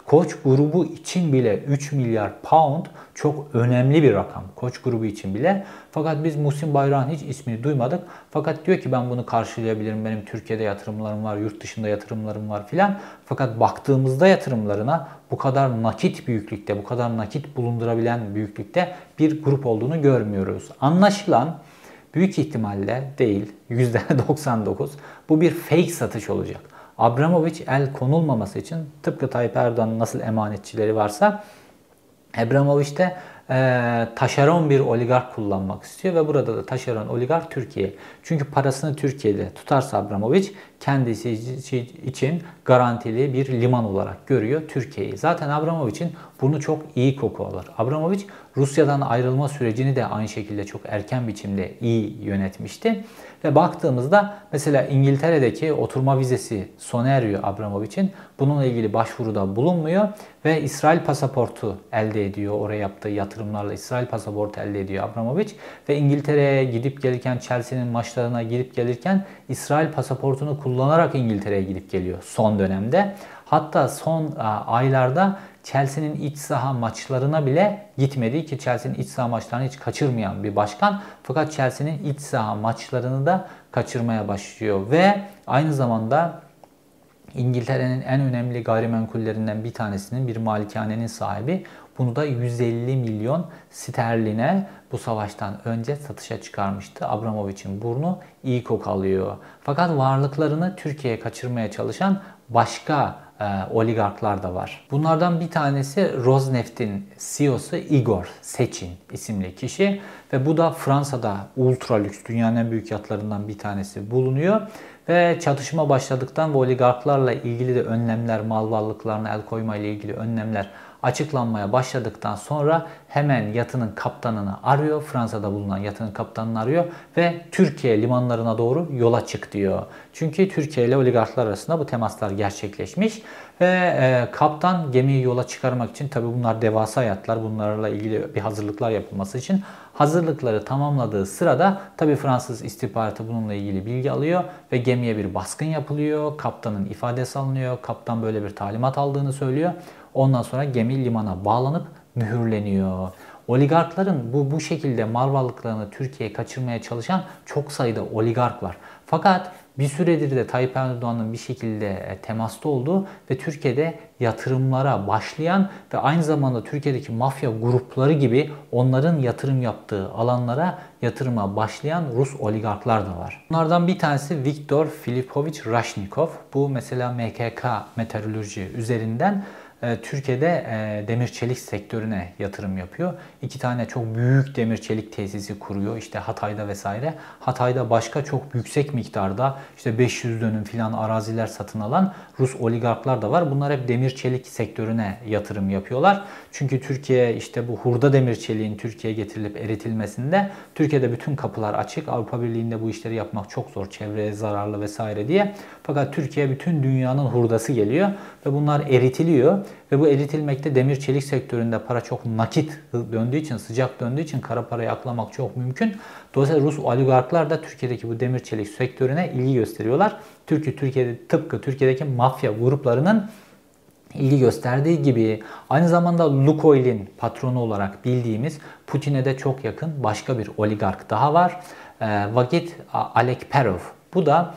Koç grubu için bile üç milyar pound çok önemli bir rakam. Koç grubu için bile. Fakat biz Muhsin Bayrak'ın hiç ismini duymadık. Fakat diyor ki ben bunu karşılayabilirim. Benim Türkiye'de yatırımlarım var, yurt dışında yatırımlarım var filan. Fakat baktığımızda yatırımlarına bu kadar nakit büyüklükte, bu kadar nakit bulundurabilen büyüklükte bir grup olduğunu görmüyoruz. Anlaşılan büyük ihtimalle değil, yüzde doksan dokuz bu bir fake satış olacak. Abramovich el konulmaması için tıpkı Tayyip Erdoğan'ın nasıl emanetçileri varsa Abramovich de e, taşeron bir oligark kullanmak istiyor ve burada da taşeron oligark Türkiye. Çünkü parasını Türkiye'de tutarsa Abramovich kendisi için garantili bir liman olarak görüyor Türkiye'yi. Zaten Abramovich'in burnu çok iyi koku alır. Abramovich Rusya'dan ayrılma sürecini de aynı şekilde çok erken biçimde iyi yönetmişti. Ve baktığımızda mesela İngiltere'deki oturma vizesi sona eriyor Abramovich'in. Bununla ilgili başvuruda bulunmuyor ve İsrail pasaportu elde ediyor. Oraya yaptığı yatırımlarla İsrail pasaportu elde ediyor Abramovich. Ve İngiltere'ye gidip gelirken, Chelsea'nin maçlarına gidip gelirken İsrail pasaportunu kullanarak İngiltere'ye gidip geliyor son dönemde. Hatta son aylarda Chelsea'nin iç saha maçlarına bile gitmedi ki Chelsea'nin iç saha maçlarını hiç kaçırmayan bir başkan. Fakat Chelsea'nin iç saha maçlarını da kaçırmaya başlıyor ve aynı zamanda İngiltere'nin en önemli gayrimenkullerinden bir tanesinin bir malikanenin sahibi. Bunu da yüz elli milyon sterline bu savaştan önce satışa çıkarmıştı. Abramovich'in burnu iyi kokalıyor. Fakat varlıklarını Türkiye'ye kaçırmaya çalışan başka e, oligarklar da var. Bunlardan bir tanesi Rosneft'in C E O'su Igor Sechin isimli kişi ve bu da Fransa'da ultra lüks dünyanın en büyük yatlarından bir tanesi bulunuyor. Ve çatışma başladıktan ve oligarklarla ilgili de önlemler, mal varlıklarına el koyma ile ilgili önlemler açıklanmaya başladıktan sonra hemen yatının kaptanını arıyor. Fransa'da bulunan yatının kaptanını arıyor ve Türkiye limanlarına doğru yola çık diyor. Çünkü Türkiye ile oligarklar arasında bu temaslar gerçekleşmiş ve e, kaptan gemiyi yola çıkarmak için, tabi bunlar devasa yatlar, bunlarla ilgili bir hazırlıklar yapılması için hazırlıkları tamamladığı sırada tabi Fransız istihbaratı bununla ilgili bilgi alıyor ve gemiye bir baskın yapılıyor. Kaptanın ifadesi alınıyor. Kaptan böyle bir talimat aldığını söylüyor. Ondan sonra gemi limana bağlanıp mühürleniyor. Oligarkların bu bu şekilde mal varlıklarını Türkiye'ye kaçırmaya çalışan çok sayıda oligark var. Fakat bir süredir de Tayyip Erdoğan'ın bir şekilde temasta olduğu ve Türkiye'de yatırımlara başlayan ve aynı zamanda Türkiye'deki mafya grupları gibi onların yatırım yaptığı alanlara yatırıma başlayan Rus oligarklar da var. Bunlardan bir tanesi Viktor Filipovich Rashnikov. Bu mesela M K K metalürji üzerinden Türkiye'de demir çelik sektörüne yatırım yapıyor. İki tane çok büyük demir çelik tesisi kuruyor. İşte Hatay'da vesaire. Hatay'da başka çok yüksek miktarda işte beş yüz dönüm filan araziler satın alan Rus oligarklar da var. Bunlar hep demir çelik sektörüne yatırım yapıyorlar. Çünkü Türkiye işte bu hurda demir çeliğin Türkiye'ye getirilip eritilmesinde Türkiye'de bütün kapılar açık. Avrupa Birliği'nde bu işleri yapmak çok zor. Çevreye zararlı vesaire diye. Fakat Türkiye bütün dünyanın hurdası geliyor ve bunlar eritiliyor. Ve bu eritilmekte demir çelik sektöründe para çok nakit döndüğü için, sıcak döndüğü için kara parayı aklamak çok mümkün. Dolayısıyla Rus oligarklar da Türkiye'deki bu demir çelik sektörüne ilgi gösteriyorlar. Türkiye, Türkiye'de tıpkı Türkiye'deki mafya gruplarının ilgi gösterdiği gibi aynı zamanda Lukoil'in patronu olarak bildiğimiz Putin'e de çok yakın başka bir oligark daha var. Vagit Alekperov. Bu da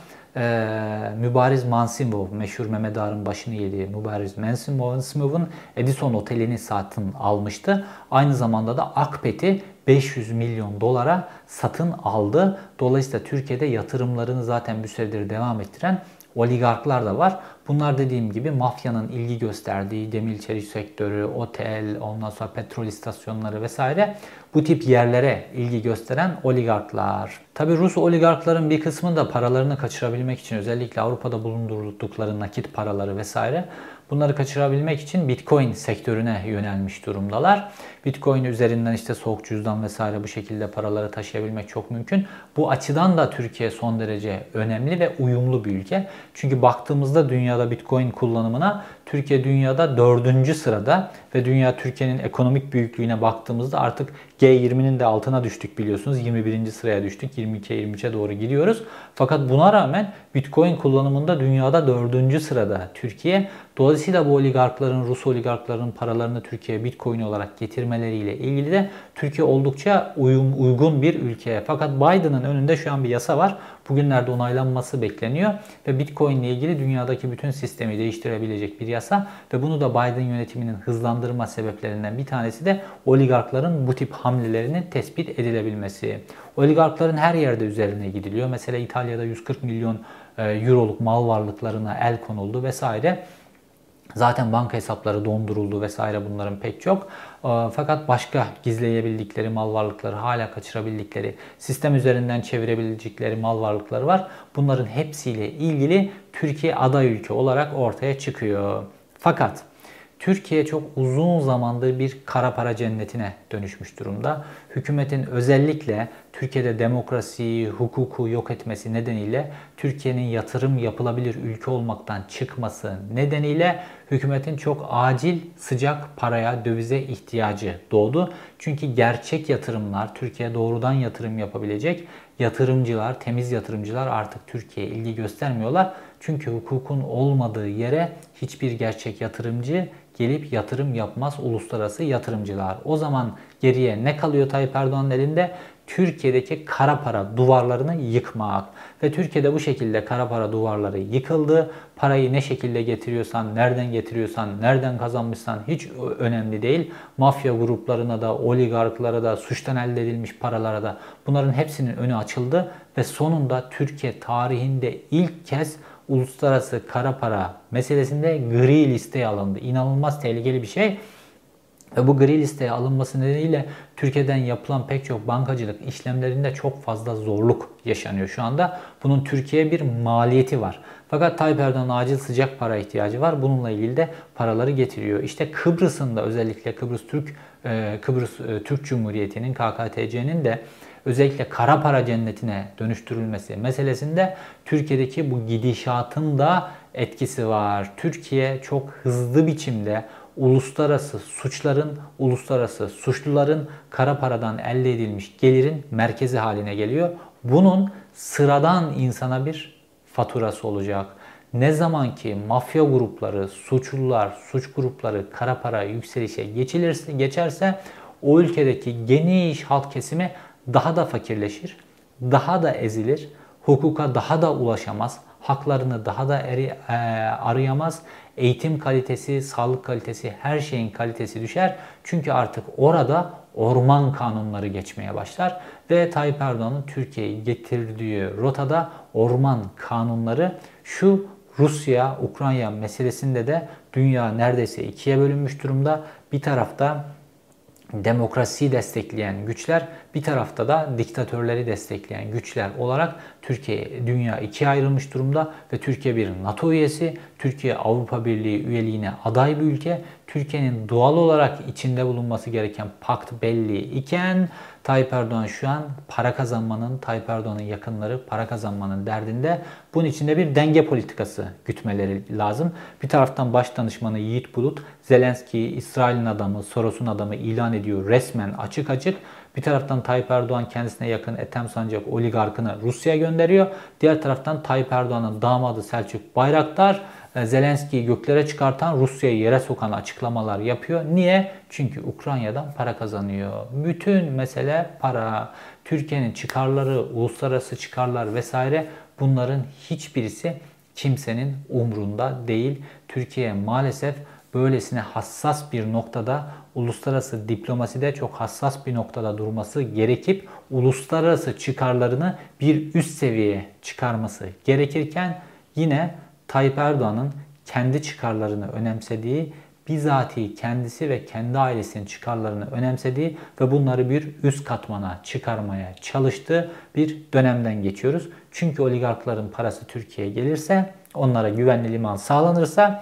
Ee, Mübariz Mansimov, meşhur Mehmet Ağar'ın başını yediği Mübariz Mansimov'un Edison Oteli'ni satın almıştı. Aynı zamanda da Akpet'i beş yüz milyon dolara satın aldı. Dolayısıyla Türkiye'de yatırımlarını zaten bir süredir devam ettiren oligarklar da var. Bunlar dediğim gibi mafyanın ilgi gösterdiği demir çelik sektörü, otel, ondan sonra petrol istasyonları vesaire bu tip yerlere ilgi gösteren oligarklar. Tabi Rus oligarkların bir kısmı da paralarını kaçırabilmek için, özellikle Avrupa'da bulundurdukları nakit paraları vesaire, bunları kaçırabilmek için Bitcoin sektörüne yönelmiş durumdalar. Bitcoin üzerinden işte soğuk cüzdan vesaire bu şekilde paraları taşıyabilmek çok mümkün. Bu açıdan da Türkiye son derece önemli ve uyumlu bir ülke. Çünkü baktığımızda dünyada Bitcoin kullanımına Türkiye dünyada dördüncü sırada ve dünya Türkiye'nin ekonomik büyüklüğüne baktığımızda artık G yirminin de altına düştük biliyorsunuz. yirmi birinci sıraya düştük. yirmi ikiye yirmi üçe doğru gidiyoruz. Fakat buna rağmen Bitcoin kullanımında dünyada dördüncü sırada Türkiye. Dolayısıyla bu oligarkların, Rus oligarkların paralarını Türkiye'ye Bitcoin olarak getirmeleriyle ilgili de Türkiye oldukça uyum, uygun bir ülke. Fakat Biden'ın önünde şu an bir yasa var. Bugünlerde onaylanması bekleniyor ve Bitcoin ile ilgili dünyadaki bütün sistemi değiştirebilecek bir yasa ve bunu da Biden yönetiminin hızlandırma sebeplerinden bir tanesi de oligarkların bu tip hamlelerinin tespit edilebilmesi. Oligarkların her yerde üzerine gidiliyor. Mesela İtalya'da yüz kırk milyon euroluk mal varlıklarına el konuldu vesaire. Zaten banka hesapları donduruldu vesaire, bunların pek çok. Fakat başka gizleyebildikleri mal varlıkları, hala kaçırabildikleri, sistem üzerinden çevirebilecekleri mal varlıkları var. Bunların hepsiyle ilgili Türkiye aday ülke olarak ortaya çıkıyor. Fakat Türkiye çok uzun zamandır bir kara para cennetine dönüşmüş durumda. Hükümetin özellikle Türkiye'de demokrasiyi, hukuku yok etmesi nedeniyle Türkiye'nin yatırım yapılabilir ülke olmaktan çıkması nedeniyle hükümetin çok acil sıcak paraya, dövize ihtiyacı doğdu. Çünkü gerçek yatırımlar, Türkiye'ye doğrudan yatırım yapabilecek yatırımcılar, temiz yatırımcılar artık Türkiye'ye ilgi göstermiyorlar. Çünkü hukukun olmadığı yere hiçbir gerçek yatırımcı gelip yatırım yapmaz, uluslararası yatırımcılar. O zaman geriye ne kalıyor Tayyip Erdoğan'ın elinde? Türkiye'deki kara para duvarlarını yıkmak. Ve Türkiye'de bu şekilde kara para duvarları yıkıldı. Parayı ne şekilde getiriyorsan, nereden getiriyorsan, nereden kazanmışsan hiç önemli değil. Mafya gruplarına da, oligarklara da, suçtan elde edilmiş paralara da, bunların hepsinin önü açıldı. Ve sonunda Türkiye tarihinde ilk kez uluslararası kara para meselesinde gri listeye alındı. İnanılmaz tehlikeli bir şey. Ve bu gri listeye alınması nedeniyle Türkiye'den yapılan pek çok bankacılık işlemlerinde çok fazla zorluk yaşanıyor şu anda. Bunun Türkiye'ye bir maliyeti var. Fakat Tayyip Erdoğan'ın acil sıcak para ihtiyacı var. Bununla ilgili de paraları getiriyor. İşte Kıbrıs'ın da, özellikle Kıbrıs Türk Kıbrıs Türk Cumhuriyeti'nin, K K T C'nin de özellikle kara para cennetine dönüştürülmesi meselesinde Türkiye'deki bu gidişatın da etkisi var. Türkiye çok hızlı biçimde uluslararası suçların, uluslararası suçluların kara paradan elde edilmiş gelirin merkezi haline geliyor. Bunun sıradan insana bir faturası olacak. Ne zaman ki mafya grupları, suçlular, suç grupları kara para yükselişe geçilirse, geçerse o ülkedeki geniş halk kesimi daha da fakirleşir, daha da ezilir, hukuka daha da ulaşamaz, haklarını daha da eri, e, arayamaz, eğitim kalitesi, sağlık kalitesi, her şeyin kalitesi düşer. Çünkü artık orada orman kanunları geçmeye başlar ve Tayyip Erdoğan'ın Türkiye'yi getirdiği rotada orman kanunları şu Rusya-Ukrayna meselesinde de dünya neredeyse ikiye bölünmüş durumda. Bir tarafta demokrasiyi destekleyen güçler, bir tarafta da diktatörleri destekleyen güçler olarak Türkiye, dünya ikiye ayrılmış durumda ve Türkiye bir NATO üyesi, Türkiye Avrupa Birliği üyeliğine aday bir ülke. Türkiye'nin doğal olarak içinde bulunması gereken pakt belli iken Tayyip Erdoğan şu an para kazanmanın, Tayyip Erdoğan'ın yakınları para kazanmanın derdinde. Bunun içinde bir denge politikası gütmeleri lazım. Bir taraftan baş danışmanı Yiğit Bulut, Zelenski'yi İsrail'in adamı, Soros'un adamı ilan ediyor resmen, açık açık. Bir taraftan Tayyip Erdoğan kendisine yakın Ethem Sancak oligarkını Rusya'ya gönderiyor. Diğer taraftan Tayyip Erdoğan'ın damadı Selçuk Bayraktar, Zelenski'yi göklere çıkartan, Rusya'yı yere sokan açıklamalar yapıyor. Niye? Çünkü Ukrayna'dan para kazanıyor. Bütün mesele para. Türkiye'nin çıkarları, uluslararası çıkarlar vesaire, bunların hiçbirisi kimsenin umrunda değil. Türkiye maalesef böylesine hassas bir noktada, uluslararası diplomaside çok hassas bir noktada durması gerekip uluslararası çıkarlarını bir üst seviyeye çıkarması gerekirken yine Tayyip Erdoğan'ın kendi çıkarlarını önemsediği, bizatihi kendisi ve kendi ailesinin çıkarlarını önemsediği ve bunları bir üst katmana çıkarmaya çalıştığı bir dönemden geçiyoruz. Çünkü oligarkların parası Türkiye'ye gelirse, onlara güvenli liman sağlanırsa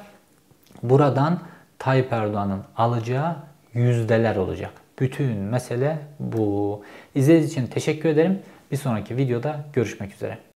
buradan Tayyip Erdoğan'ın alacağı yüzdeler olacak. Bütün mesele bu. İzlediğiniz için teşekkür ederim. Bir sonraki videoda görüşmek üzere.